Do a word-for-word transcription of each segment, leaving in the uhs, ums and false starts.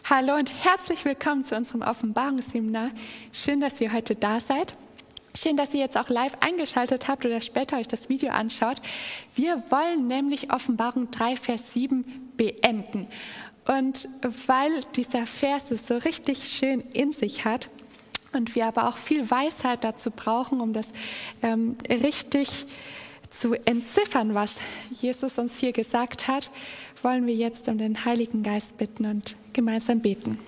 Hallo und herzlich willkommen zu unserem Offenbarungsseminar. Schön, dass ihr heute da seid. Schön, dass ihr jetzt auch live eingeschaltet habt oder später euch das Video anschaut. Wir wollen nämlich Offenbarung drei, Vers sieben beenden. Und weil dieser Vers es so richtig schön in sich hat und wir aber auch viel Weisheit dazu brauchen, um das ähm, richtig zu entziffern, was Jesus uns hier gesagt hat, wollen wir jetzt um den Heiligen Geist bitten und gemeinsam beten.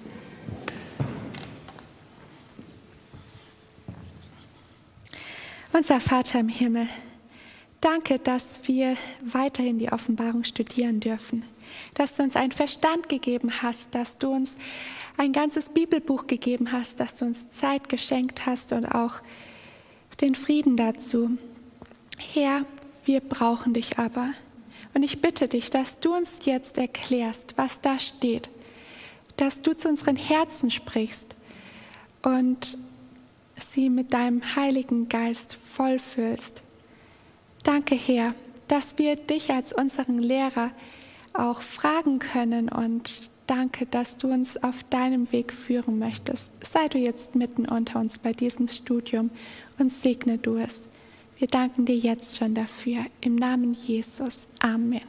Unser Vater im Himmel, danke, dass wir weiterhin die Offenbarung studieren dürfen, dass du uns einen Verstand gegeben hast, dass du uns ein ganzes Bibelbuch gegeben hast, dass du uns Zeit geschenkt hast und auch den Frieden dazu. Herr, wir brauchen dich aber. Und ich bitte dich, dass du uns jetzt erklärst, was da steht, dass du zu unseren Herzen sprichst und sie mit deinem Heiligen Geist vollfüllst. Danke, Herr, dass wir dich als unseren Lehrer auch fragen können und danke, dass du uns auf deinem Weg führen möchtest. Sei du jetzt mitten unter uns bei diesem Studium und segne du es. Wir danken dir jetzt schon dafür. Im Namen Jesus. Amen.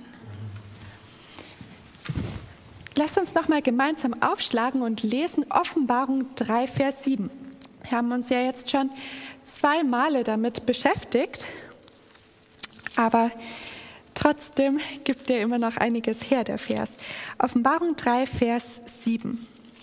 Lass uns nochmal gemeinsam aufschlagen und lesen Offenbarung drei, Vers sieben. Wir haben uns ja jetzt schon zwei Male damit beschäftigt, aber trotzdem gibt er immer noch einiges her, der Vers. Offenbarung drei, Vers sieben.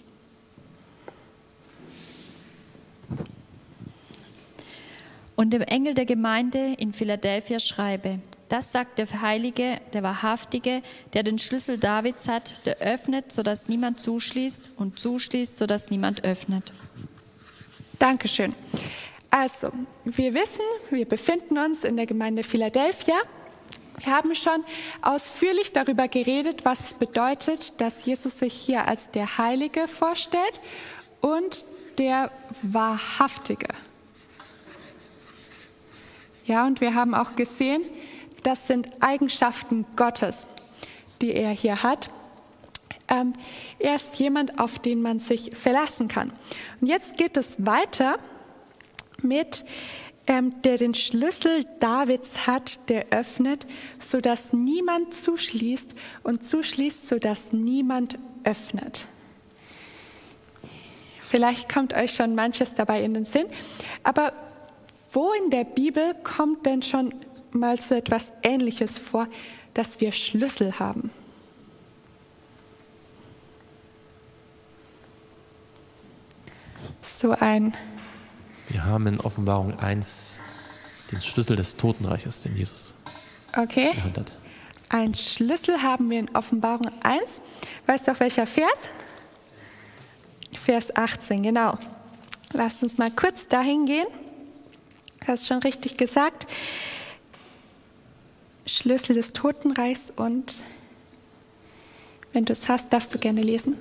Und dem Engel der Gemeinde in Philadelphia schreibe: Das sagt der Heilige, der Wahrhaftige, der den Schlüssel Davids hat, der öffnet, sodass niemand zuschließt und zuschließt, sodass niemand öffnet. Dankeschön. Also, wir wissen, wir befinden uns in der Gemeinde Philadelphia. Wir haben schon ausführlich darüber geredet, was es bedeutet, dass Jesus sich hier als der Heilige vorstellt und der Wahrhaftige. Ja, und wir haben auch gesehen, das sind Eigenschaften Gottes, die er hier hat. Ähm, er ist jemand, auf den man sich verlassen kann. Und jetzt geht es weiter mit, ähm, der den Schlüssel Davids hat, der öffnet, sodass niemand zuschließt und zuschließt, sodass niemand öffnet. Vielleicht kommt euch schon manches dabei in den Sinn, aber wo in der Bibel kommt denn schon mal so etwas Ähnliches vor, dass wir Schlüssel haben? So ein... Wir haben in Offenbarung eins den Schlüssel des Totenreiches, den Jesus Okay. in der Hand hat. Ein Schlüssel haben wir in Offenbarung eins. Weißt du auch welcher Vers? Vers achtzehn, genau. Lasst uns mal kurz dahin gehen. Du hast schon richtig gesagt. Schlüssel des Totenreichs und wenn du es hast, darfst du gerne lesen.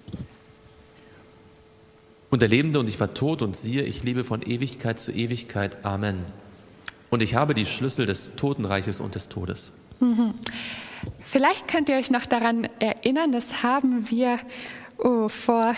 Und er lebte und ich war tot und siehe, ich lebe von Ewigkeit zu Ewigkeit. Amen. Und ich habe die Schlüssel des Totenreiches und des Todes. Mhm. Vielleicht könnt ihr euch noch daran erinnern, das haben wir oh, vor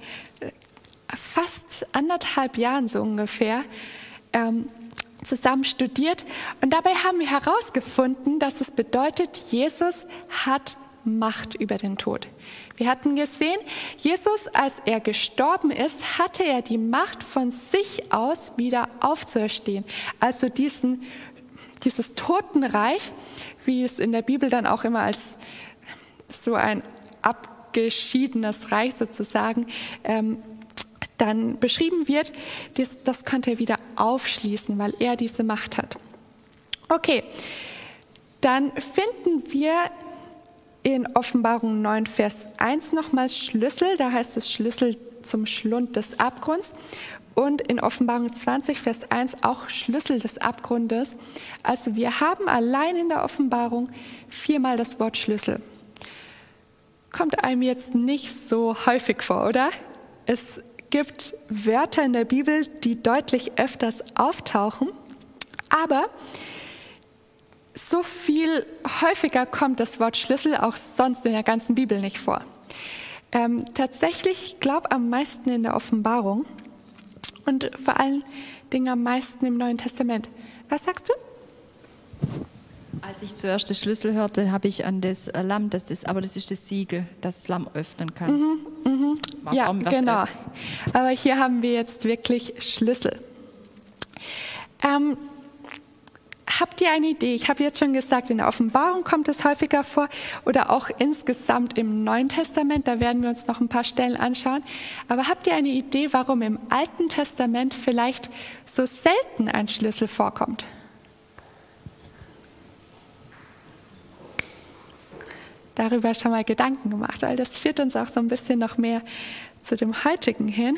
fast anderthalb Jahren so ungefähr ähm, zusammen studiert. Und dabei haben wir herausgefunden, dass es bedeutet, Jesus hat Macht über den Tod. Wir hatten gesehen, Jesus, als er gestorben ist, hatte er die Macht, von sich aus wieder aufzuerstehen. Also diesen, dieses Totenreich, wie es in der Bibel dann auch immer als so ein abgeschiedenes Reich sozusagen ähm, dann beschrieben wird, das, das konnte er wieder aufschließen, weil er diese Macht hat. Okay, dann finden wir in Offenbarung neun, Vers eins nochmals Schlüssel, da heißt es Schlüssel zum Schlund des Abgrunds. Und in Offenbarung zwanzig, Vers eins auch Schlüssel des Abgrundes. Also wir haben allein in der Offenbarung viermal das Wort Schlüssel. Kommt einem jetzt nicht so häufig vor, oder? Es gibt Wörter in der Bibel, die deutlich öfters auftauchen, aber so viel häufiger kommt das Wort Schlüssel auch sonst in der ganzen Bibel nicht vor. Ähm, tatsächlich, ich glaube, am meisten in der Offenbarung und vor allen Dingen am meisten im Neuen Testament. Was sagst du? Als ich zuerst den Schlüssel hörte, habe ich an das Lamm, das ist, aber das ist das Siegel, das das Lamm öffnen kann. Mhm, mhm. Ja, genau. Öffnen. Aber hier haben wir jetzt wirklich Schlüssel. Ähm, habt ihr eine Idee? Ich habe jetzt schon gesagt, in der Offenbarung kommt es häufiger vor oder auch insgesamt im Neuen Testament. Da werden wir uns noch ein paar Stellen anschauen. Aber habt ihr eine Idee, warum im Alten Testament vielleicht so selten ein Schlüssel vorkommt? Darüber schon mal Gedanken gemacht, weil das führt uns auch so ein bisschen noch mehr zu dem heutigen hin.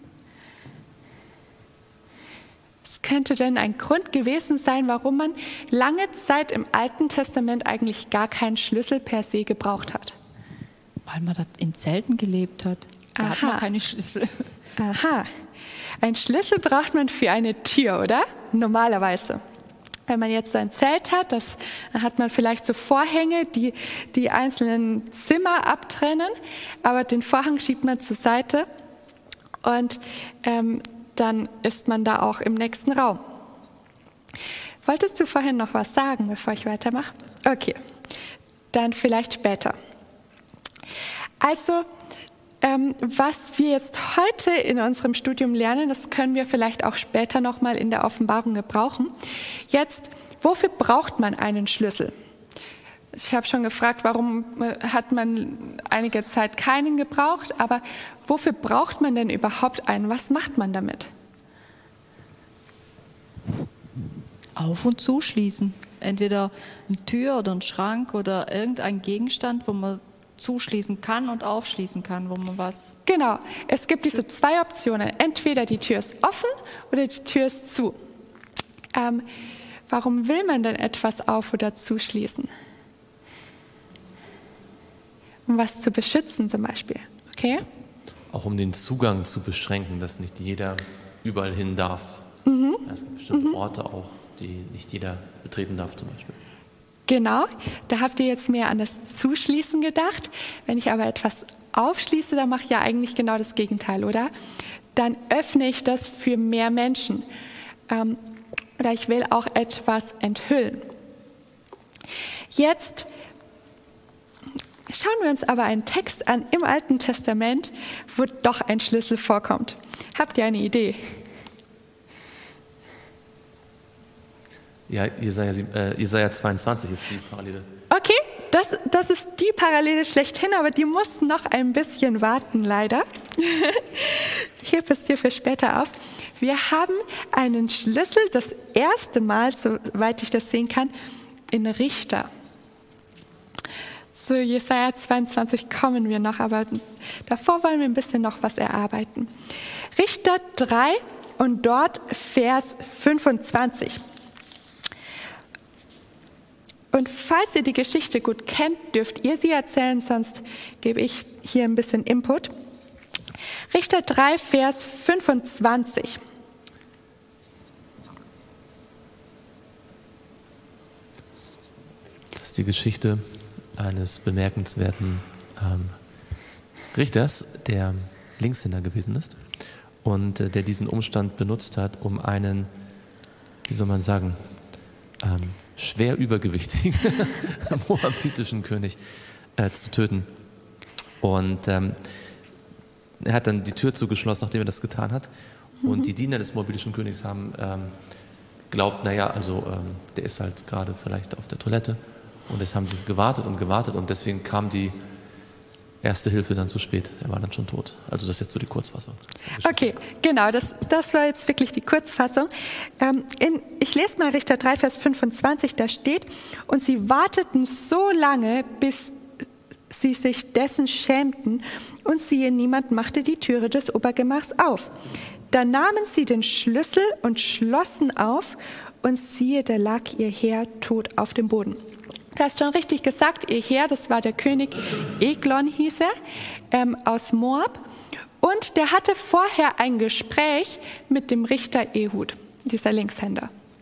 Es könnte denn ein Grund gewesen sein, warum man lange Zeit im Alten Testament eigentlich gar keinen Schlüssel per se gebraucht hat. Weil man da in Zelten gelebt hat. Da Aha. hat man keine Schlüssel. Aha. Ein Schlüssel braucht man für eine Tür, oder? Normalerweise. Wenn man jetzt so ein Zelt hat, das, dann hat man vielleicht so Vorhänge, die die einzelnen Zimmer abtrennen, aber den Vorhang schiebt man zur Seite und ähm, dann ist man da auch im nächsten Raum. Wolltest du vorhin noch was sagen, bevor ich weitermache? Okay, dann vielleicht später. Also, ähm, was wir jetzt heute in unserem Studium lernen, das können wir vielleicht auch später nochmal in der Offenbarung gebrauchen. Jetzt, wofür braucht man einen Schlüssel? Ich habe schon gefragt, warum hat man einige Zeit keinen gebraucht, aber wofür braucht man denn überhaupt einen? Was macht man damit? Auf- und zuschließen. Entweder eine Tür oder ein Schrank oder irgendein Gegenstand, wo man zuschließen kann und aufschließen kann, wo man was... Genau, es gibt diese zwei Optionen. Entweder die Tür ist offen oder die Tür ist zu. Ähm, warum will man denn etwas auf- oder zuschließen? Um was zu beschützen zum Beispiel, okay? Auch um den Zugang zu beschränken, dass nicht jeder überall hin darf. Mhm. Es gibt bestimmte mhm. Orte auch, die nicht jeder betreten darf zum Beispiel. Genau, da habt ihr jetzt mehr an das Zuschließen gedacht. Wenn ich aber etwas aufschließe, dann mache ich ja eigentlich genau das Gegenteil, oder? Dann öffne ich das für mehr Menschen. Ähm, oder ich will auch etwas enthüllen. Jetzt schauen wir uns aber einen Text an im Alten Testament, wo doch ein Schlüssel vorkommt. Habt ihr eine Idee? Ja, Jesaja, äh, Jesaja zweiundzwanzig ist die Parallele. Okay, das, das ist die Parallele schlechthin, aber die muss noch ein bisschen warten, leider. Ich hebe es dir für später auf. Wir haben einen Schlüssel, das erste Mal, soweit ich das sehen kann, in Richter. Zu Jesaja zweiundzwanzig kommen wir noch, aber davor wollen wir ein bisschen noch was erarbeiten. Richter drei und dort Vers fünfundzwanzig. Und falls ihr die Geschichte gut kennt, dürft ihr sie erzählen, sonst gebe ich hier ein bisschen Input. Richter drei, Vers fünfundzwanzig. Das ist die Geschichte eines bemerkenswerten ähm, Richters, der Linkshänder gewesen ist und äh, der diesen Umstand benutzt hat, um einen, wie soll man sagen, ähm, schwer übergewichtigen moabitischen König äh, zu töten. Und ähm, er hat dann die Tür zugeschlossen, nachdem er das getan hat. Mhm. Und die Diener des moabitischen Königs haben ähm, geglaubt, naja, also ähm, der ist halt gerade vielleicht auf der Toilette. Und jetzt haben sie gewartet und gewartet und deswegen kam die erste Hilfe dann zu spät. Er war dann schon tot. Also das ist jetzt so die Kurzfassung. Okay, genau, das, das war jetzt wirklich die Kurzfassung. Ähm, in, ich lese mal Richter drei, Vers fünfundzwanzig, da steht, und sie warteten so lange, bis sie sich dessen schämten, und siehe, niemand machte die Türe des Obergemachs auf. Da nahmen sie den Schlüssel und schlossen auf, und siehe, da lag ihr Herr tot auf dem Boden. Du hast schon richtig gesagt, ihr Herr, das war der König Eglon, hieß er, ähm, aus Moab. Und der hatte vorher ein Gespräch mit dem Richter Ehud, dieser Linkshänder.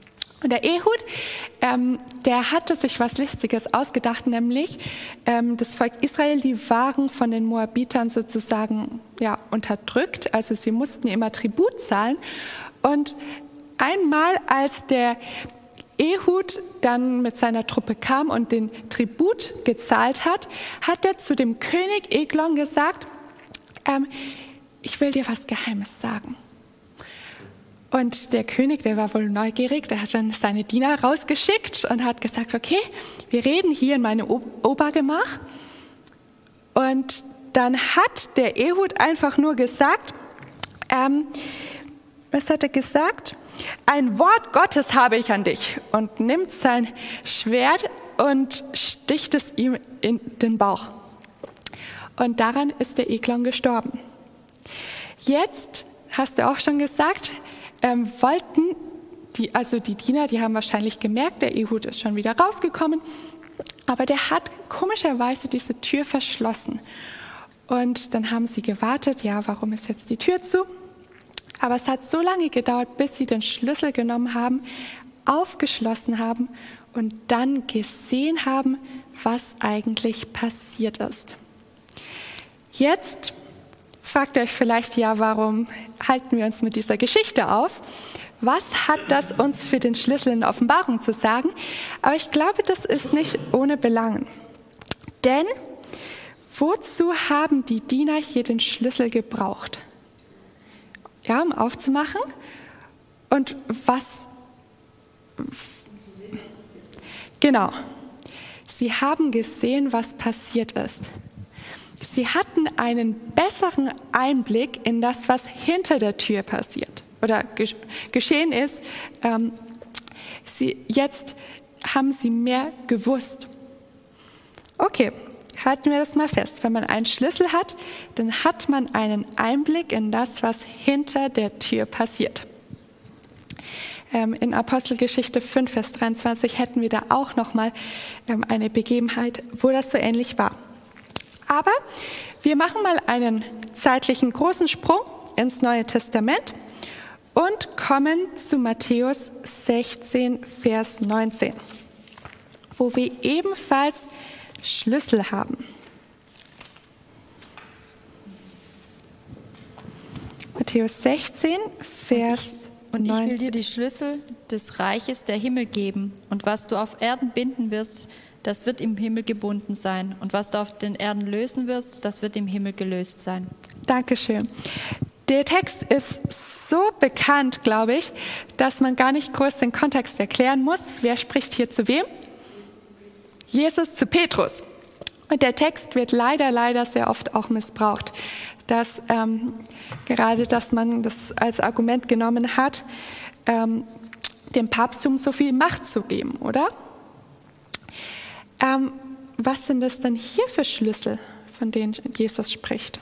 Und der Ehud, ähm, der hatte sich was Listiges ausgedacht, nämlich ähm, das Volk Israel, die waren von den Moabitern sozusagen ja, unterdrückt, also sie mussten immer Tribut zahlen. Und einmal, als der Ehud dann mit seiner Truppe kam und den Tribut gezahlt hat, hat er zu dem König Eglon gesagt, ähm, ich will dir was Geheimes sagen. Und der König, der war wohl neugierig, der hat dann seine Diener rausgeschickt und hat gesagt, okay, wir reden hier in meinem Obergemach. Und dann hat der Ehud einfach nur gesagt, ähm, was hat er gesagt? Ein Wort Gottes habe ich an dich. Und nimmt sein Schwert und sticht es ihm in den Bauch. Und daran ist der Eglon gestorben. Jetzt, hast du auch schon gesagt, ähm, wollten die, also die Diener, die haben wahrscheinlich gemerkt, der Ehud ist schon wieder rausgekommen, aber der hat komischerweise diese Tür verschlossen. Und dann haben sie gewartet, ja, warum ist jetzt die Tür zu? Aber es hat so lange gedauert, bis sie den Schlüssel genommen haben, aufgeschlossen haben und dann gesehen haben, was eigentlich passiert ist. Jetzt fragt ihr euch vielleicht, ja, warum halten wir uns mit dieser Geschichte auf? Was hat das uns für den Schlüssel in der Offenbarung zu sagen? Aber ich glaube, das ist nicht ohne Belang. Denn wozu haben die Diener hier den Schlüssel gebraucht? Ja, um aufzumachen. Und was? Genau. Sie haben gesehen, was passiert ist. Sie hatten einen besseren Einblick in das, was hinter der Tür passiert oder geschehen ist. Ähm, sie, jetzt haben sie mehr gewusst. Okay, halten wir das mal fest. Wenn man einen Schlüssel hat, dann hat man einen Einblick in das, was hinter der Tür passiert. Ähm, in Apostelgeschichte fünf, Vers dreiundzwanzig hätten wir da auch nochmal ähm, eine Begebenheit, wo das so ähnlich war. Aber wir machen mal einen zeitlichen großen Sprung ins Neue Testament und kommen zu Matthäus sechzehn, Vers neunzehn, wo wir ebenfalls Schlüssel haben. Matthäus sechzehn, Vers Und ich neunzehn. will dir die Schlüssel des Reiches der Himmel geben. Und was du auf Erden binden wirst, das wird im Himmel gebunden sein. Und was du auf den Erden lösen wirst, das wird im Himmel gelöst sein. Dankeschön. Der Text ist so bekannt, glaube ich, dass man gar nicht groß den Kontext erklären muss. Wer spricht hier zu wem? Jesus zu Petrus. Und der Text wird leider, leider sehr oft auch missbraucht. Dass ähm, gerade, dass man das als Argument genommen hat, ähm, dem Papsttum so viel Macht zu geben, oder? Ähm, was sind das denn hier für Schlüssel, von denen Jesus spricht?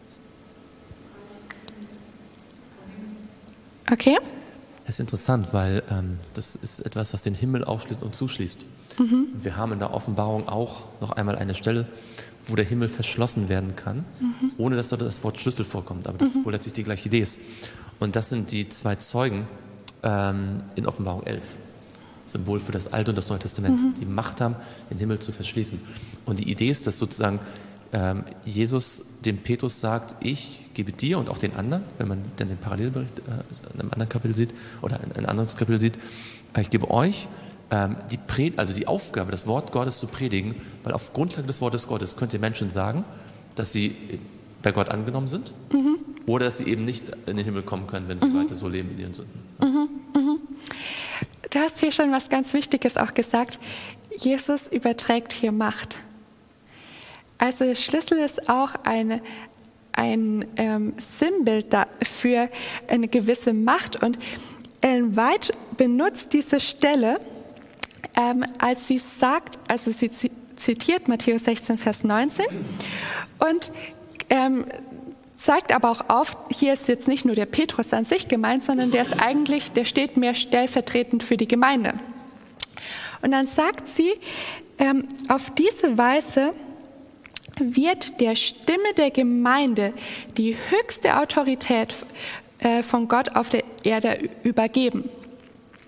Okay. Das ist interessant, weil ähm, das ist etwas, was den Himmel aufschließt und zuschließt. Mhm. Wir haben in der Offenbarung auch noch einmal eine Stelle, wo der Himmel verschlossen werden kann, mhm. ohne dass dort das Wort Schlüssel vorkommt. Aber das mhm. wohl letztlich die gleiche Idee ist. Und das sind die zwei Zeugen ähm, in Offenbarung elf. Symbol für das Alte und das Neue Testament, mhm. die Macht haben, den Himmel zu verschließen. Und die Idee ist, dass sozusagen ähm, Jesus dem Petrus sagt, ich gebe dir und auch den anderen, wenn man dann den Parallelbericht äh, in einem anderen Kapitel sieht oder in einem anderen Kapitel sieht, äh, ich gebe euch ähm, die, Pred- also die Aufgabe, das Wort Gottes zu predigen, weil auf Grundlage des Wortes Gottes könnt ihr Menschen sagen, dass sie bei Gott angenommen sind mhm. oder dass sie eben nicht in den Himmel kommen können, wenn sie mhm. weiter so leben in ihren Sünden. Mhm. Mhm. Du hast hier schon was ganz Wichtiges auch gesagt. Jesus überträgt hier Macht. Also der Schlüssel ist auch eine, ein ähm, Sinnbild für eine gewisse Macht. Und Ellen White benutzt diese Stelle, ähm, als sie sagt, also sie zitiert Matthäus sechzehn, Vers neunzehn und ähm, zeigt aber auch auf, hier ist jetzt nicht nur der Petrus an sich gemeint, sondern der ist eigentlich, der steht mehr stellvertretend für die Gemeinde. Und dann sagt sie, ähm, auf diese Weise wird der Stimme der Gemeinde die höchste Autorität äh, von Gott auf der Erde übergeben.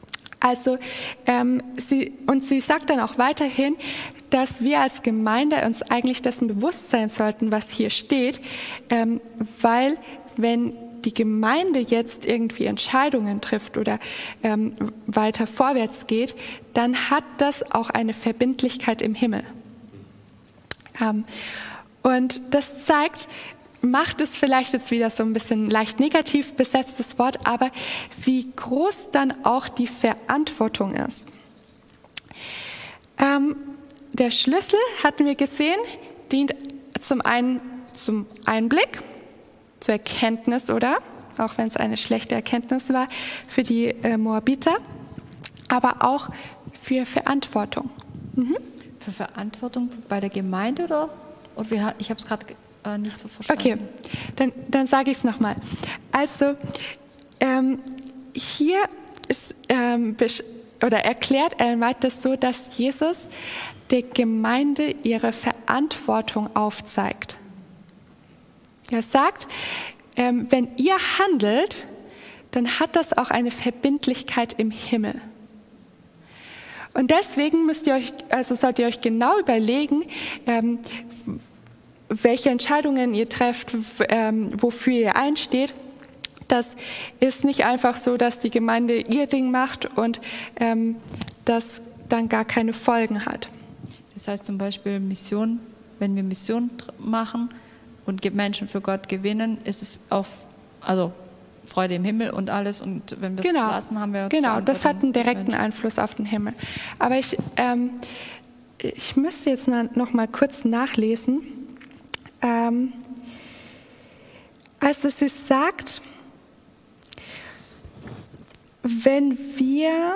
Also ähm, sie, und sie sagt dann auch weiterhin, dass wir als Gemeinde uns eigentlich dessen bewusst sein sollten, was hier steht, ähm, weil wenn die Gemeinde jetzt irgendwie Entscheidungen trifft oder ähm, weiter vorwärts geht, dann hat das auch eine Verbindlichkeit im Himmel. Ähm, und das zeigt, Macht ist vielleicht jetzt wieder so ein bisschen leicht negativ besetztes Wort, aber wie groß dann auch die Verantwortung ist. Ähm, der Schlüssel, hatten wir gesehen, dient zum einen zum Einblick, zur Erkenntnis, oder? Auch wenn es eine schlechte Erkenntnis war für die äh, Moabiter, aber auch für Verantwortung. Mhm. Für Verantwortung bei der Gemeinde, oder? oder wir, ich habe es gerade äh, nicht so verstanden. Okay, dann, dann sage ich es nochmal. Also ähm, hier ist, ähm, oder erklärt Ellen White das so, dass Jesus der Gemeinde ihre Verantwortung aufzeigt. Er sagt, ähm, wenn ihr handelt, dann hat das auch eine Verbindlichkeit im Himmel. Und deswegen müsst ihr euch, also sollt ihr euch genau überlegen, ähm, welche Entscheidungen ihr trefft, ähm, wofür ihr einsteht. Das ist nicht einfach so, dass die Gemeinde ihr Ding macht und ähm, das dann gar keine Folgen hat. Das heißt zum Beispiel Mission, wenn wir Mission machen und Menschen für Gott gewinnen, ist es auch, also Freude im Himmel und alles, und wenn wir es genau, lassen, haben wir genau, das hat einen direkten Einfluss auf den Himmel. Aber ich, ähm, ich müsste jetzt noch mal kurz nachlesen. Ähm, also sie sagt, wenn wir,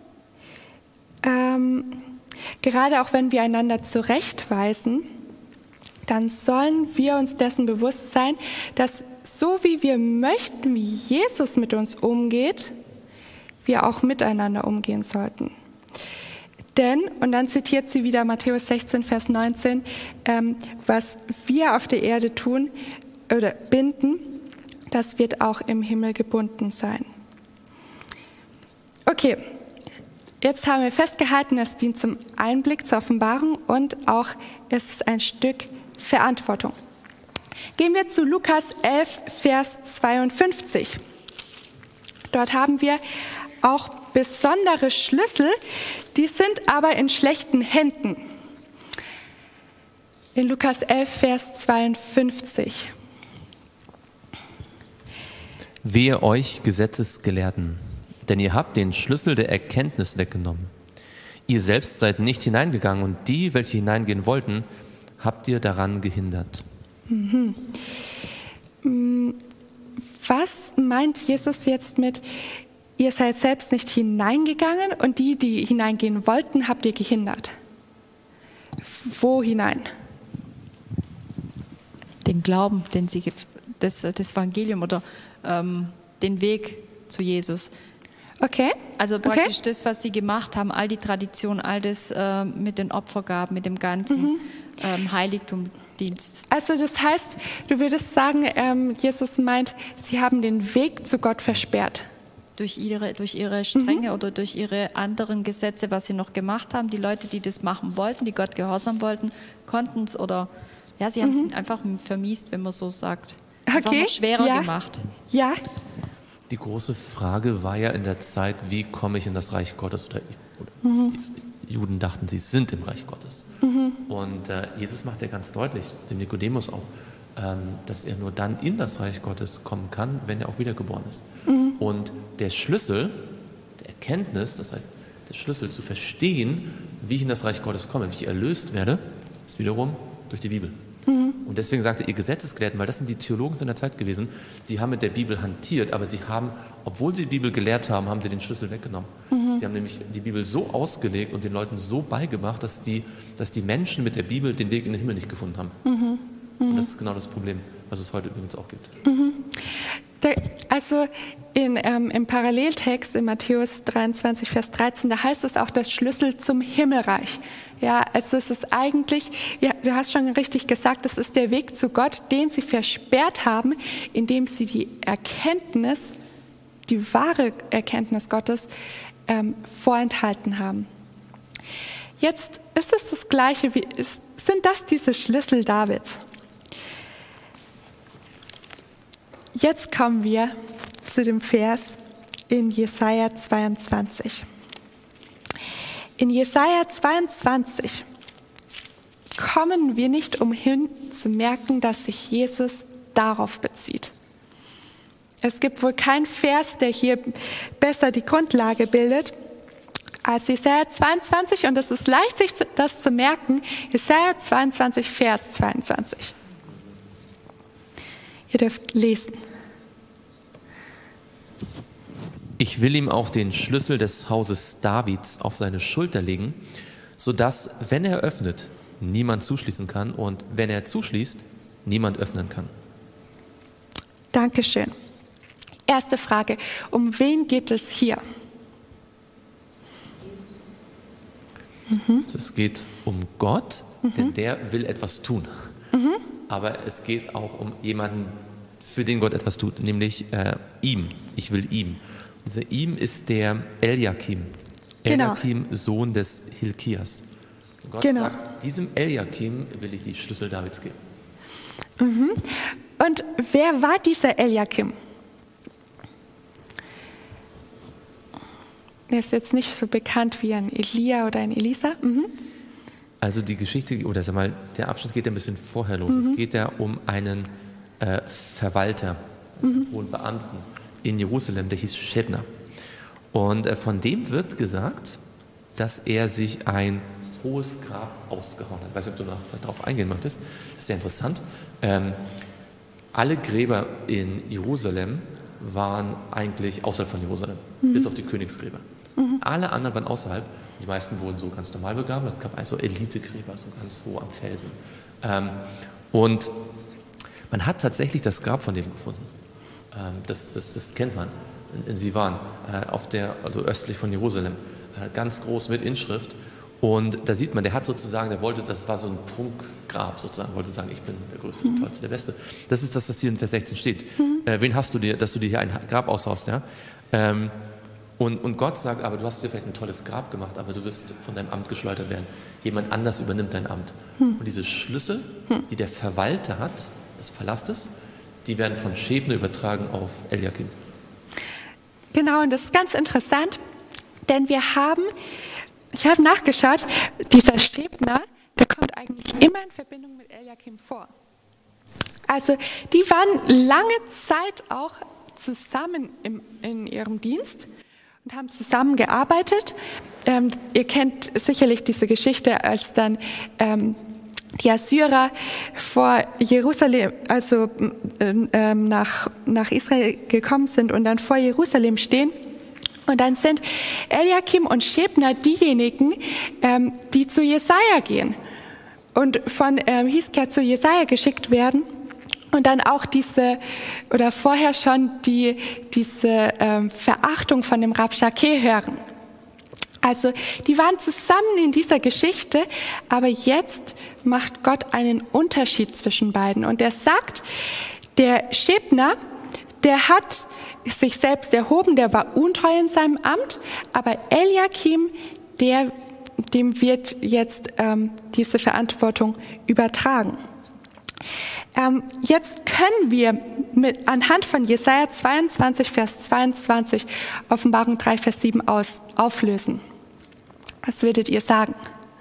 ähm, gerade auch wenn wir einander zurechtweisen, dann sollen wir uns dessen bewusst sein, dass so wie wir möchten, wie Jesus mit uns umgeht, wir auch miteinander umgehen sollten. Denn, und dann zitiert sie wieder Matthäus sechzehn, Vers neunzehn, ähm, was wir auf der Erde tun oder binden, das wird auch im Himmel gebunden sein. Okay, jetzt haben wir festgehalten, es dient zum Einblick, zur Offenbarung und auch es ist ein Stück Verantwortung. Gehen wir zu Lukas elf, Vers zweiundfünfzig. Dort haben wir auch besondere Schlüssel, die sind aber in schlechten Händen. In Lukas elf, Vers zweiundfünfzig. Wehe euch, Gesetzesgelehrten, denn ihr habt den Schlüssel der Erkenntnis weggenommen. Ihr selbst seid nicht hineingegangen und die, welche hineingehen wollten, habt ihr daran gehindert. Mhm. Was meint Jesus jetzt mit, ihr seid selbst nicht hineingegangen und die, die hineingehen wollten, habt ihr gehindert? Wo hinein? Den Glauben, den sie, das, das Evangelium oder ähm, den Weg zu Jesus. Okay. Also praktisch okay. das, was sie gemacht haben, all die Tradition, all das äh, mit den Opfergaben, mit dem ganzen mhm. ähm, Heiligtumdienst. Also das heißt, du würdest sagen, ähm, Jesus meint, sie haben den Weg zu Gott versperrt. Durch ihre, durch ihre Strenge mhm. oder durch ihre anderen Gesetze, was sie noch gemacht haben. Die Leute, die das machen wollten, die Gott gehorsam wollten, konnten es oder, ja, sie haben es mhm. einfach vermiest, wenn man so sagt. Einfach okay. noch schwerer ja. gemacht. Ja. Die große Frage war ja in der Zeit, wie komme ich in das Reich Gottes? Oder, oder mhm. die Juden dachten, sie sind im Reich Gottes. Mhm. Und äh, Jesus macht ja ganz deutlich, dem Nikodemus auch, ähm, dass er nur dann in das Reich Gottes kommen kann, wenn er auch wiedergeboren ist. Mhm. Und der Schlüssel der Erkenntnis, das heißt, der Schlüssel zu verstehen, wie ich in das Reich Gottes komme, wie ich erlöst werde, ist wiederum durch die Bibel. Mhm. Und deswegen sagte ihr Gesetzesgelehrten, weil das sind die Theologen seiner Zeit gewesen, die haben mit der Bibel hantiert, aber sie haben, obwohl sie die Bibel gelehrt haben, haben sie den Schlüssel weggenommen. Mhm. Sie haben nämlich die Bibel so ausgelegt und den Leuten so beigebracht, dass die, dass die Menschen mit der Bibel den Weg in den Himmel nicht gefunden haben. Mhm. Mhm. Und das ist genau das Problem, was es heute übrigens auch gibt. Mhm. Da, also in, ähm, im Paralleltext in Matthäus dreiundzwanzig, Vers dreizehn, da heißt es auch das Schlüssel zum Himmelreich. Ja, also es ist eigentlich, ja, du hast schon richtig gesagt, es ist der Weg zu Gott, den sie versperrt haben, indem sie die Erkenntnis, die wahre Erkenntnis Gottes ähm, vorenthalten haben. Jetzt ist es das Gleiche, wie ist, sind das diese Schlüssel Davids? Jetzt kommen wir zu dem Vers in Jesaja zweiundzwanzig. In Jesaja zweiundzwanzig kommen wir nicht umhin zu merken, dass sich Jesus darauf bezieht. Es gibt wohl keinen Vers, der hier besser die Grundlage bildet als Jesaja zweiundzwanzig, und es ist leicht, sich das zu merken. Jesaja zweiundzwanzig, Vers zweiundzwanzig. Ihr dürft lesen. Ich will ihm auch den Schlüssel des Hauses Davids auf seine Schulter legen, sodass, wenn er öffnet, niemand zuschließen kann, und wenn er zuschließt, niemand öffnen kann. Dankeschön. Erste Frage, um wen geht es hier? Mhm. Also es geht um Gott, mhm. denn der will etwas tun. Mhm. Aber es geht auch um jemanden, für den Gott etwas tut, nämlich äh, ihm. Ich will ihm. Dieser ihm ist der Eliakim. Genau. Eliakim, Sohn des Hilkias. Und Gott genau. sagt, diesem Eliakim will ich die Schlüssel Davids geben. Mhm. Und wer war dieser Eliakim? Er ist jetzt nicht so bekannt wie ein Elia oder ein Elisa. Mhm. Also die Geschichte, oder sag mal, der Abschnitt geht ja ein bisschen vorher los. Mhm. Es geht ja um einen äh, Verwalter, mhm. hohen Beamten in Jerusalem, der hieß Schebna. Und äh, von dem wird gesagt, dass er sich ein hohes Grab ausgehauen hat. Ich weiß nicht, ob du noch darauf eingehen möchtest. Das ist sehr interessant. Ähm, alle Gräber in Jerusalem waren eigentlich außerhalb von Jerusalem, mhm. bis auf die Königsgräber. Mhm. Alle anderen waren außerhalb. Die meisten wurden so ganz normal begraben. Es gab also Elitegräber, so ganz hoch am Felsen. Ähm, und man hat tatsächlich das Grab von dem gefunden. Ähm, das, das, das kennt man in, in Sivan, äh, auf der, also östlich von Jerusalem. Äh, ganz groß mit Inschrift. Und da sieht man, der hat sozusagen, der wollte, das war so ein Prunkgrab sozusagen, wollte sagen, ich bin der Größte, der Tollste, der Beste. Das ist das, was hier in Vers sechzehn steht. Mhm. Äh, wen hast du dir, dass du dir hier ein Grab aushaust, ja? Ähm, und, und Gott sagt, aber du hast dir vielleicht ein tolles Grab gemacht, aber du wirst von deinem Amt geschleudert werden. Jemand anders übernimmt dein Amt. Mhm. Und diese Schlüssel, mhm. die der Verwalter hat, des Palastes, die werden von Schebna übertragen auf Eliakim. Genau, und das ist ganz interessant, denn wir haben, ich habe nachgeschaut, dieser Schebna, der kommt eigentlich immer in Verbindung mit Eliakim vor. Also die waren lange Zeit auch zusammen im, in ihrem Dienst und haben zusammengearbeitet. Ähm, ihr kennt sicherlich diese Geschichte, als dann ähm, die Assyrer vor Jerusalem, also ähm, nach, nach Israel gekommen sind und dann vor Jerusalem stehen. Und dann sind Eliakim und Schebna diejenigen, ähm, die zu Jesaja gehen und von ähm, Hiskia zu Jesaja geschickt werden und dann auch diese, oder vorher schon die, diese ähm, Verachtung von dem Rabschakeh hören. Also die waren zusammen in dieser Geschichte, aber jetzt macht Gott einen Unterschied zwischen beiden. Und er sagt, der Schebna, der hat sich selbst erhoben, der war untreu in seinem Amt, aber Eliakim, der, dem wird jetzt ähm, diese Verantwortung übertragen. Ähm, jetzt können wir mit, anhand von Jesaja zweiundzwanzig, Vers zweiundzwanzig, Offenbarung drei, Vers sieben aus, auflösen. Was würdet ihr sagen?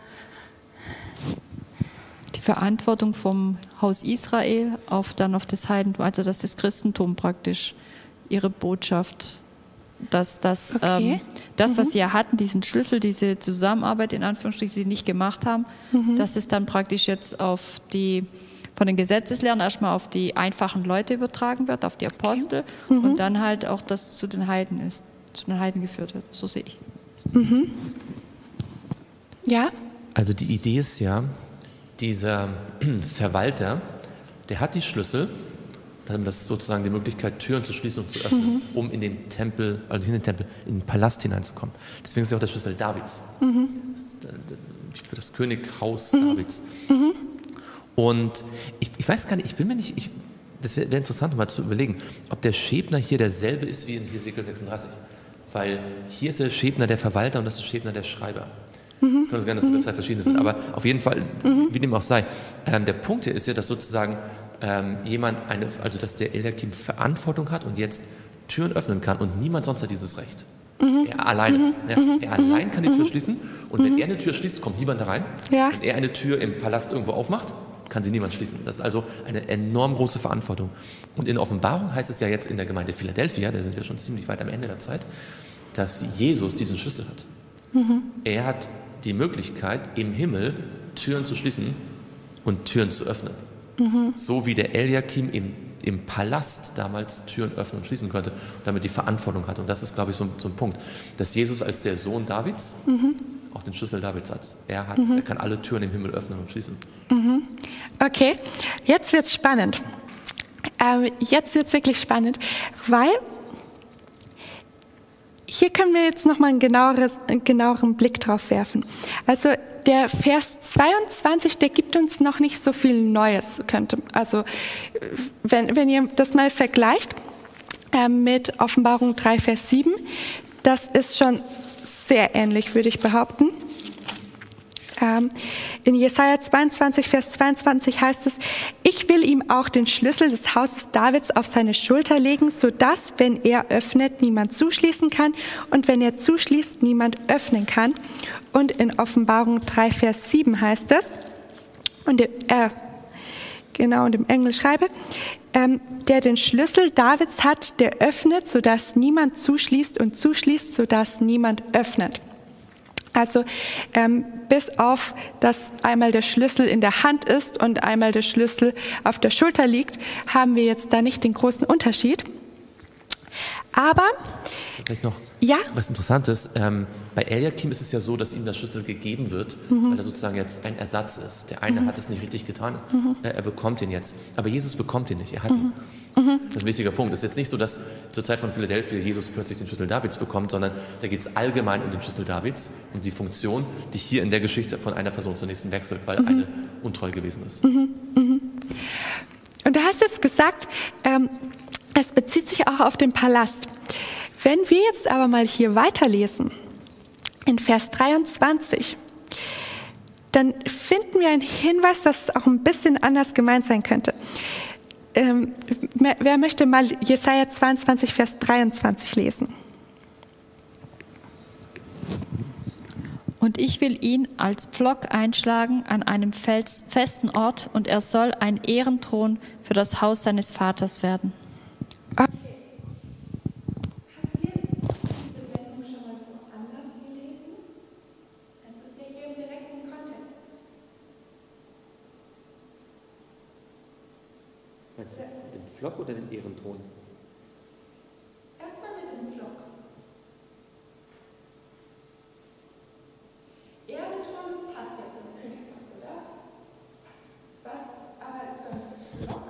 Die Verantwortung vom Haus Israel auf dann auf das Heidentum, also dass das Christentum praktisch ihre Botschaft, dass das, okay. ähm, das, mhm. was sie ja hatten, diesen Schlüssel, diese Zusammenarbeit in Anführungsstrichen, die sie nicht gemacht haben, mhm. dass es dann praktisch jetzt auf die, von den Gesetzeslehrern erstmal auf die einfachen Leute übertragen wird, auf die Apostel, okay. mhm. und dann halt auch das zu den Heiden ist, zu den Heiden geführt wird. So sehe ich. Mhm. Ja? Also die Idee ist ja, dieser Verwalter, der hat die Schlüssel, das ist sozusagen die Möglichkeit, Türen zu schließen und zu öffnen, mhm. um in den Tempel, also in den Tempel, in den Palast hineinzukommen. Deswegen ist ja auch der Schlüssel Davids, mhm. das, für das Könighaus mhm. Davids. Mhm. Und ich, ich weiß gar nicht, ich bin mir nicht, ich, das wäre wär interessant, mal zu überlegen, ob der Schebna hier derselbe ist wie in Hesekiel sechsunddreißig. weil hier ist der Schebner der Verwalter und das ist Schebner der Schreiber. Mhm. Es könnte sein, dass sogar zwei verschiedene sind, aber auf jeden Fall, mhm. wie dem auch sei. Ähm, der Punkt hier ist ja, dass sozusagen ähm, jemand, eine, also dass der Eliakim Verantwortung hat und jetzt Türen öffnen kann und niemand sonst hat dieses Recht. Mhm. Er alleine. Mhm. Ja, er mhm. allein kann die Tür schließen und mhm. wenn er eine Tür schließt, kommt niemand da rein. Ja. Wenn er eine Tür im Palast irgendwo aufmacht, kann sie niemand schließen. Das ist also eine enorm große Verantwortung. Und in Offenbarung heißt es ja jetzt in der Gemeinde Philadelphia, da sind wir schon ziemlich weit am Ende der Zeit, dass Jesus diesen Schlüssel hat. Mhm. Er hat die Möglichkeit, im Himmel Türen zu schließen und Türen zu öffnen. Mhm. So wie der Eliakim im, im Palast damals Türen öffnen und schließen konnte, damit die Verantwortung hat. Und das ist, glaube ich, so, so ein Punkt, dass Jesus als der Sohn Davids mhm. auch den Schlüssel Davids hat. Er, hat mhm. er kann alle Türen im Himmel öffnen und schließen. Mhm. Okay, jetzt wird es spannend. Ähm, jetzt wird es wirklich spannend, weil hier können wir jetzt nochmal einen, einen genaueren Blick drauf werfen. Also der Vers zweiundzwanzig, der gibt uns noch nicht so viel Neues. Könnte, also wenn, wenn ihr das mal vergleicht äh, mit Offenbarung drei, Vers sieben, das ist schon sehr ähnlich, würde ich behaupten. Ähm, in Jesaja zweiundzwanzig, Vers zweiundzwanzig heißt es, ich will ihm auch den Schlüssel des Hauses Davids auf seine Schulter legen, sodass, wenn er öffnet, niemand zuschließen kann und wenn er zuschließt, niemand öffnen kann. Und in Offenbarung drei, Vers sieben heißt es, und äh, genau, und im Englisch schreibe, ähm, der den Schlüssel Davids hat, der öffnet, sodass niemand zuschließt und zuschließt, sodass niemand öffnet. Also ähm, bis auf, dass einmal der Schlüssel in der Hand ist und einmal der Schlüssel auf der Schulter liegt, haben wir jetzt da nicht den großen Unterschied. Aber vielleicht noch ja? was Interessantes. Ähm, bei Eliakim ist es ja so, dass ihm der Schlüssel gegeben wird, mhm. weil er sozusagen jetzt ein Ersatz ist. Der eine mhm. hat es nicht richtig getan, mhm. er bekommt ihn jetzt. Aber Jesus bekommt ihn nicht, er hat ihn. Mhm. Das ist ein wichtiger Punkt. Es ist jetzt nicht so, dass zur Zeit von Philadelphia Jesus plötzlich den Schlüssel Davids bekommt, sondern da geht es allgemein um den Schlüssel Davids und die Funktion, die hier in der Geschichte von einer Person zur nächsten wechselt, weil mhm. eine untreu gewesen ist. Mhm. Mhm. Und du hast jetzt gesagt, ähm, es bezieht sich auch auf den Palast. Wenn wir jetzt aber mal hier weiterlesen, in Vers dreiundzwanzig, dann finden wir einen Hinweis, dass es auch ein bisschen anders gemeint sein könnte. Ähm, wer möchte mal Jesaja zweiundzwanzig, Vers dreiundzwanzig lesen? Und ich will ihn als Pflock einschlagen an einem Fels, festen Ort, und er soll ein Ehrenthron für das Haus seines Vaters werden. Okay. Meinst du den Pflock oder den Ehrenthron? Erstmal mit dem Pflock. Ehrenthron, das passt ja zum Königshaus, oder? Was aber ist so ein Pflock?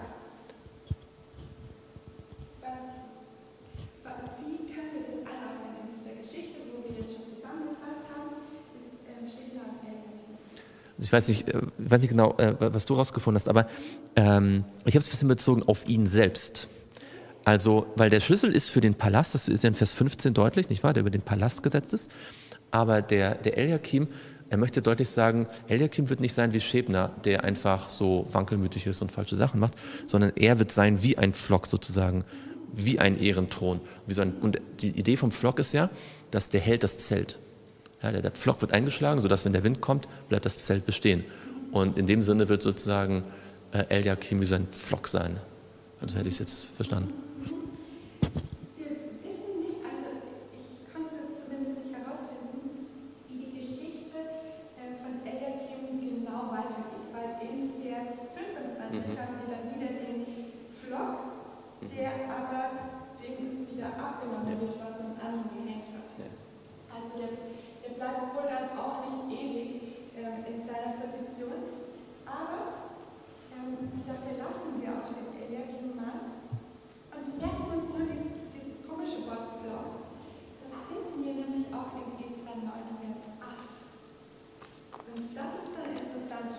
Was, wie können wir das einordnen in dieser Geschichte, wo wir jetzt schon zusammengefasst haben? Ist, steht da ein Ehrenthron. Ich weiß nicht, ich weiß nicht genau, was du rausgefunden hast, aber ähm, ich habe es ein bisschen bezogen auf ihn selbst. Also, weil der Schlüssel ist für den Palast, das ist ja in Vers fünfzehn deutlich, nicht wahr, der über den Palast gesetzt ist. Aber der, der Eliakim, er möchte deutlich sagen, Eliakim wird nicht sein wie Schebner, der einfach so wankelmütig ist und falsche Sachen macht, sondern er wird sein wie ein Pflock sozusagen, wie ein Ehrenthron. Wie so ein, und die Idee vom Pflock ist ja, dass der hält das Zelt. Ja, der, der Pflock wird eingeschlagen, sodass, wenn der Wind kommt, bleibt das Zelt bestehen. Und in dem Sinne wird sozusagen äh, Eliakim wie so ein Pflock sein. Also hätte ich es jetzt verstanden. Wir wissen nicht, also ich konnte es zumindest nicht herausfinden, wie die Geschichte äh, von Eliakim genau weitergeht. Weil in Vers fünfundzwanzig mhm. haben wir dann wieder den Pflock, der mhm. aber dem es wieder abgenommen ja. wird, was man an ihm gehängt hat. Ja. Also der Er bleibt wohl dann auch nicht ewig ähm, in seiner Position, aber ähm, dafür lassen wir auch den Eliakim-Mann und merken uns nur dieses, dieses komische Wort Pflock. Das finden wir nämlich auch in Esra neun, Vers acht. Und das ist dann interessant.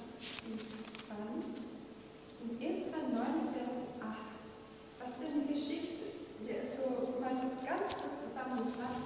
In Esra neun, Vers acht, was denn die Geschichte, hier ist so mal so ganz kurz zusammengefasst,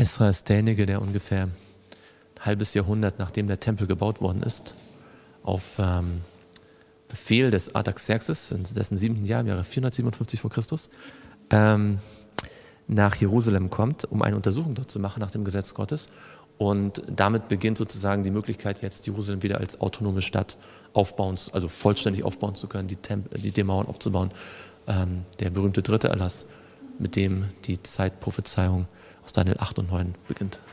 Esra ist derjenige, der ungefähr ein halbes Jahrhundert, nachdem der Tempel gebaut worden ist, auf ähm, Befehl des Artaxerxes, in dessen siebten Jahr, im Jahre vierhundertsiebenundfünfzig vor Christus, ähm, nach Jerusalem kommt, um eine Untersuchung dort zu machen nach dem Gesetz Gottes. Und damit beginnt sozusagen die Möglichkeit, jetzt Jerusalem wieder als autonome Stadt aufbauen, also vollständig aufbauen zu können, die, Tempel, die, die Mauern aufzubauen. Ähm, der berühmte dritte Erlass, mit dem die Zeitprophezeiung aus Daniel acht und neun beginnt.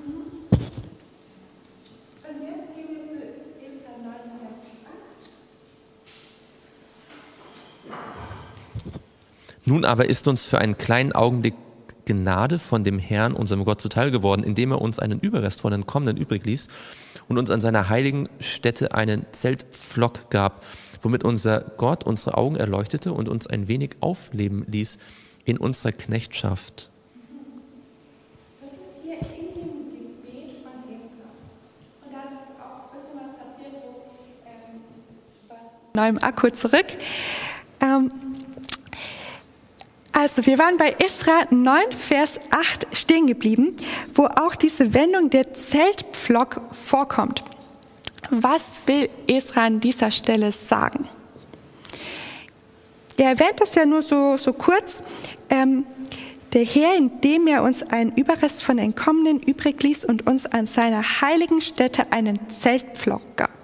Und jetzt gehen wir zu Esra neun, Vers acht. Nun aber ist uns für einen kleinen Augenblick Gnade von dem Herrn, unserem Gott, zuteil geworden, indem er uns einen Überrest von den Kommenden übrig ließ und uns an seiner heiligen Stätte einen Zeltpflock gab, womit unser Gott unsere Augen erleuchtete und uns ein wenig aufleben ließ in unserer Knechtschaft. Das ist hier in dem Gebet von Esra. Und da ist auch ein bisschen was passiert, wo ähm, was neuem Akku zurück. Ähm, Also wir waren bei Esra neun, Vers acht stehen geblieben, wo auch diese Wendung der Zeltpflock vorkommt. Was will Esra an dieser Stelle sagen? Er erwähnt das ja nur so, so kurz. Ähm, der Herr, indem er uns einen Überrest von Entkommenen übrig ließ und uns an seiner heiligen Stätte einen Zeltpflock gab.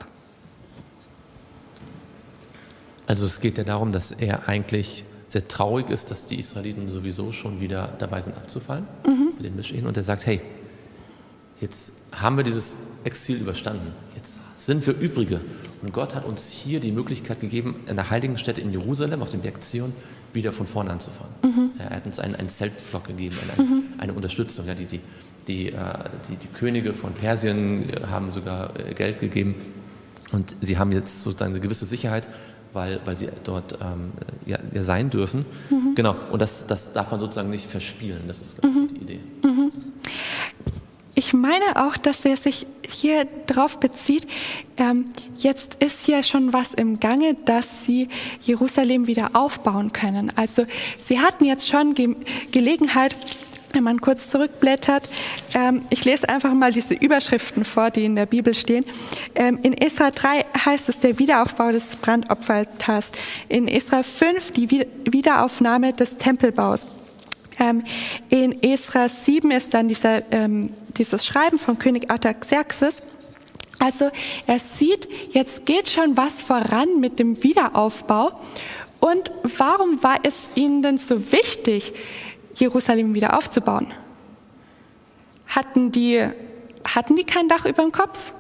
Also es geht ja darum, dass er eigentlich sehr traurig ist, dass die Israeliten sowieso schon wieder dabei sind abzufallen, mhm. mit den Mischehen. Und er sagt, hey, jetzt haben wir dieses Exil überstanden, jetzt sind wir Übrige. Und Gott hat uns hier die Möglichkeit gegeben, in der heiligen Stätte in Jerusalem, auf dem Berg Zion, wieder von vorne anzufangen. Mhm. Er hat uns einen, einen Zeltpflock gegeben, eine, mhm. eine Unterstützung. Ja, die, die, die, die, die Könige von Persien haben sogar Geld gegeben und sie haben jetzt sozusagen eine gewisse Sicherheit, Weil, weil sie dort ähm, ja, ja sein dürfen. Mhm. Genau, und das, das darf man sozusagen nicht verspielen, das ist, glaube ich, mhm. die Idee. Mhm. Ich meine auch, dass er sich hier drauf bezieht, ähm, jetzt ist hier schon was im Gange, dass sie Jerusalem wieder aufbauen können. Also sie hatten jetzt schon Ge- Gelegenheit, wenn man kurz zurückblättert, ähm, ich lese einfach mal diese Überschriften vor, die in der Bibel stehen. Ähm, in Esra drei heißt es der Wiederaufbau des Brandopferaltars. In Esra fünf die Wiederaufnahme des Tempelbaus. Ähm, in Esra sieben ist dann dieser, ähm, dieses Schreiben vom König Artaxerxes. Also er sieht, jetzt geht schon was voran mit dem Wiederaufbau. Und warum war es ihnen denn so wichtig, Jerusalem wieder aufzubauen? Hatten die, hatten die kein Dach über dem Kopf?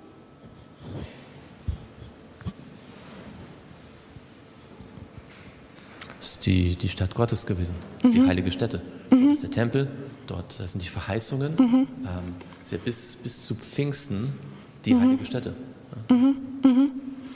Das ist die, die Stadt Gottes gewesen, das ist mhm. die heilige Stätte. Mhm. Dort ist der Tempel, dort sind die Verheißungen. Mhm. Ähm, ist ja bis, bis zu Pfingsten die mhm. heilige Stätte. Ja. Mhm. Mhm.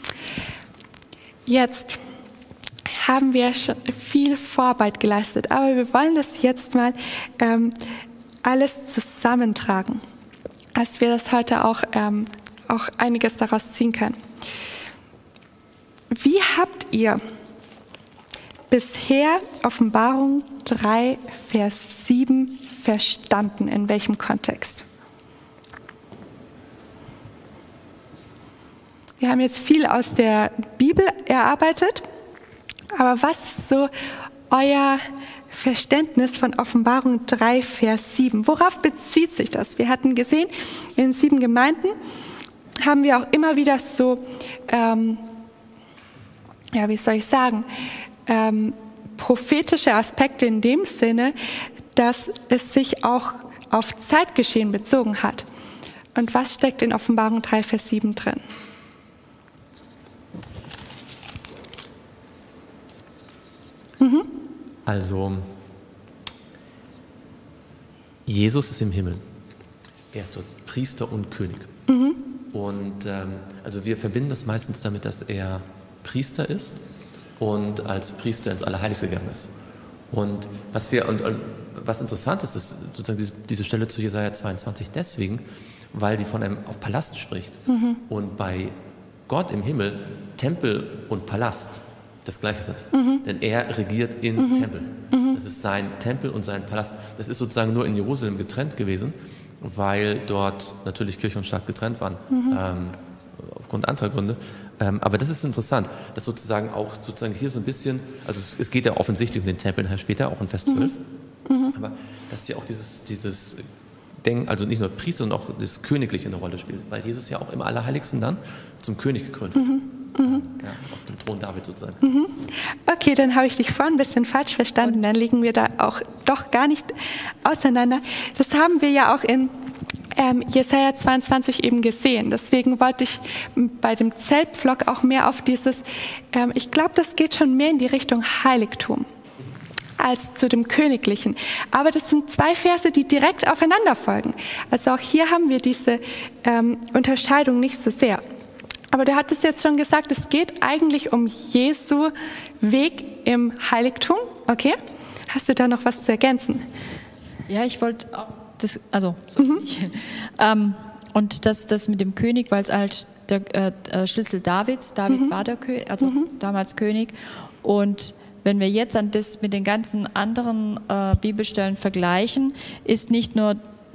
Jetzt haben wir schon viel Vorarbeit geleistet, aber wir wollen das jetzt mal ähm, alles zusammentragen, dass wir das heute auch, ähm, auch einiges daraus ziehen können. Wie habt ihr bisher Offenbarung drei, Vers sieben verstanden? In welchem Kontext? Wir haben jetzt viel aus der Bibel erarbeitet. Aber was ist so euer Verständnis von Offenbarung drei, Vers sieben? Worauf bezieht sich das? Wir hatten gesehen, in sieben Gemeinden haben wir auch immer wieder so, ähm, ja, wie soll ich sagen, ähm, prophetische Aspekte in dem Sinne, dass es sich auch auf Zeitgeschehen bezogen hat. Und was steckt in Offenbarung drei, Vers sieben drin? Mhm. Also, Jesus ist im Himmel. Er ist dort Priester und König. Mhm. Und ähm, also wir verbinden das meistens damit, dass er Priester ist und als Priester ins Allerheiligste gegangen ist. Und was wir und, und was interessant ist, ist sozusagen diese, diese Stelle zu Jesaja zweiundzwanzig deswegen, weil die von einem Palast spricht. Mhm. Und bei Gott im Himmel Tempel und Palast das Gleiche sind. Mhm. Denn er regiert in mhm. Tempeln. Mhm. Das ist sein Tempel und sein Palast. Das ist sozusagen nur in Jerusalem getrennt gewesen, weil dort natürlich Kirche und Staat getrennt waren, mhm. ähm, aufgrund anderer Gründe. Ähm, aber das ist interessant, dass sozusagen auch sozusagen hier so ein bisschen, also es, es geht ja offensichtlich um den Tempel nachher später, auch in Vers zwölf, mhm. aber dass hier auch dieses, dieses Denken, also nicht nur Priester, sondern auch das Königliche eine Rolle spielt, weil Jesus ja auch im Allerheiligsten dann zum König gekrönt wird. Mhm. Mhm. Ja, auf dem Thron David sozusagen. Mhm. Okay, dann habe ich dich vorhin ein bisschen falsch verstanden. Dann liegen wir da auch doch gar nicht auseinander. Das haben wir ja auch in ähm, Jesaja zweiundzwanzig eben gesehen. Deswegen wollte ich bei dem Zeltpflock auch mehr auf dieses, ähm, ich glaube, das geht schon mehr in die Richtung Heiligtum als zu dem Königlichen. Aber das sind zwei Verse, die direkt aufeinander folgen. Also auch hier haben wir diese ähm, Unterscheidung nicht so sehr. Aber du hattest jetzt schon gesagt, es geht eigentlich um Jesu Weg im Heiligtum. Okay? Hast du da noch was zu ergänzen? Ja, ich wollte auch das, also so mhm. ich, ähm, und das, das mit dem König, weil es halt der äh, Schlüssel Davids, David mhm. war der König, also mhm. damals König. Und wenn wir jetzt an das mit den ganzen anderen äh, Bibelstellen vergleichen, ist nicht nur,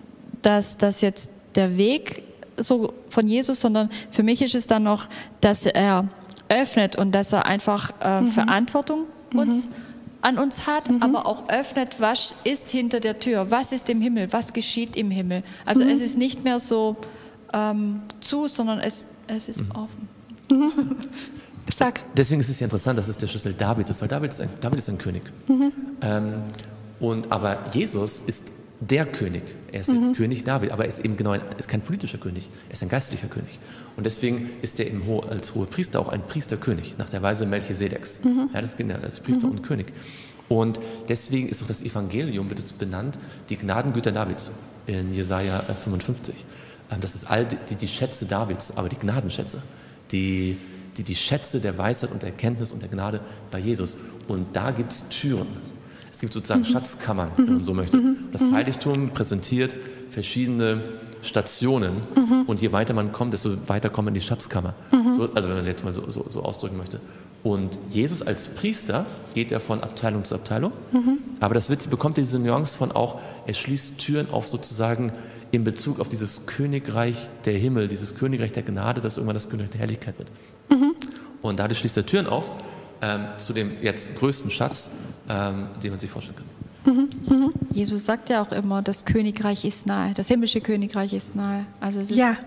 dass das jetzt der Weg so von Jesus, sondern für mich ist es dann noch, dass er öffnet und dass er einfach äh, mhm. Verantwortung uns, mhm. an uns hat, mhm. aber auch öffnet, was ist hinter der Tür, was ist im Himmel, was geschieht im Himmel. Also mhm. es ist nicht mehr so ähm, zu, sondern es, es ist mhm. offen. Mhm. Sag. Deswegen ist es ja interessant, dass es der Schlüssel David ist, weil David ist ein, David ist ein König. Mhm. Ähm, und, aber Jesus ist der König. Er ist mhm. der König David, aber er ist eben genau ein, ist kein politischer König, er ist ein geistlicher König. Und deswegen ist er im Ho- als Hohepriester auch ein Priesterkönig, nach der Weise Melchisedeks. Mhm. Ja, das geht ja als Priester mhm. und König. Und deswegen ist auch das Evangelium, wird es benannt, die Gnadengüter Davids in Jesaja fünfundfünfzig. Das ist all die, die Schätze Davids, aber die Gnadenschätze, die, die, die Schätze der Weisheit und der Erkenntnis und der Gnade bei Jesus. Und da gibt es Türen. Es gibt sozusagen mhm. Schatzkammern, wenn man so möchte. Mhm. Das Heiligtum präsentiert verschiedene Stationen mhm. und je weiter man kommt, desto weiter kommt man in die Schatzkammer. Mhm. So, also wenn man es jetzt mal so, so, so ausdrücken möchte. Und Jesus als Priester geht er von Abteilung zu Abteilung, mhm. aber das wird, bekommt diese Nuance von auch, er schließt Türen auf sozusagen in Bezug auf dieses Königreich der Himmel, dieses Königreich der Gnade, das irgendwann das Königreich der Herrlichkeit wird. Mhm. Und dadurch schließt er Türen auf, Ähm, zu dem jetzt größten Schatz, ähm, den man sich vorstellen kann. Mhm. Mhm. Jesus sagt ja auch immer, das Königreich ist nahe, das himmlische Königreich ist nahe. Also es ist ja,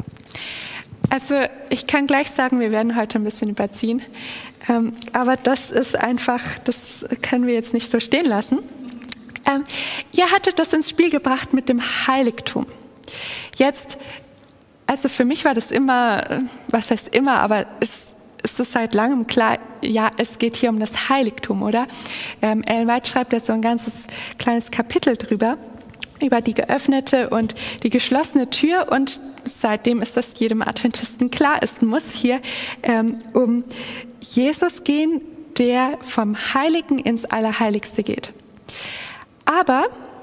also ich kann gleich sagen, wir werden heute ein bisschen überziehen, ähm, aber das ist einfach, das können wir jetzt nicht so stehen lassen. Ähm, ihr hattet das ins Spiel gebracht mit dem Heiligtum. Jetzt, also für mich war das immer, was heißt immer, aber es ist es seit langem klar, ja, es geht hier um das Heiligtum, oder? Ähm, Ellen White schreibt da so ein ganzes kleines Kapitel drüber, über die geöffnete und die geschlossene Tür, und seitdem ist das jedem Adventisten klar, es muss hier ähm, um Jesus gehen, der vom Heiligen ins Allerheiligste geht. Aber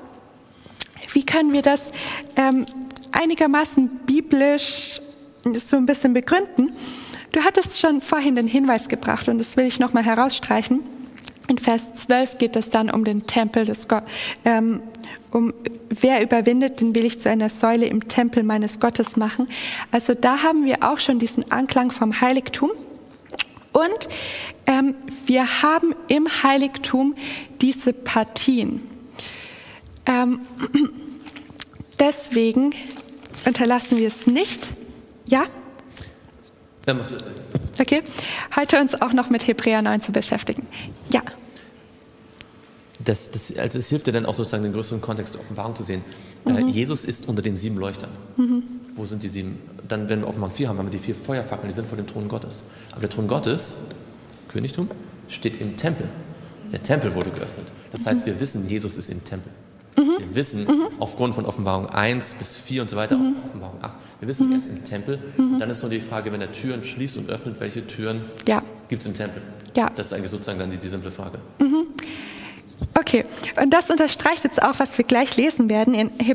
wie können wir das ähm, einigermaßen biblisch so ein bisschen begründen? Du hattest schon vorhin den Hinweis gebracht, und das will ich nochmal herausstreichen. In Vers zwölf geht es dann um den Tempel des Gott, ähm, um wer überwindet, den will ich zu einer Säule im Tempel meines Gottes machen. Also da haben wir auch schon diesen Anklang vom Heiligtum. Und ähm, wir haben im Heiligtum diese Partien. Ähm, deswegen unterlassen wir es nicht. Ja? Ja, mach du das. Okay, heute uns auch noch mit Hebräer neun zu beschäftigen. Ja. Das, das, also es hilft dir dann auch sozusagen den größeren Kontext der Offenbarung zu sehen. Mhm. Äh, Jesus ist unter den sieben Leuchtern. Mhm. Wo sind die sieben? Dann, wenn wir Offenbarung vier haben, haben wir die vier Feuerfackeln, die sind vor dem Thron Gottes. Aber der Thron Gottes, Königtum, steht im Tempel. Der Tempel wurde geöffnet. Das heißt, wir wissen, Jesus ist im Tempel. Mhm. Wir wissen, mhm. aufgrund von Offenbarung eins bis vier und so weiter, mhm. auch Offenbarung acht, wir wissen, mhm. er ist im Tempel. Mhm. Und dann ist nur die Frage, wenn er Türen schließt und öffnet, welche Türen ja. gibt es im Tempel? Ja. Das ist eigentlich sozusagen dann die, die simple Frage. Mhm. Okay, und das unterstreicht jetzt auch, was wir gleich lesen werden in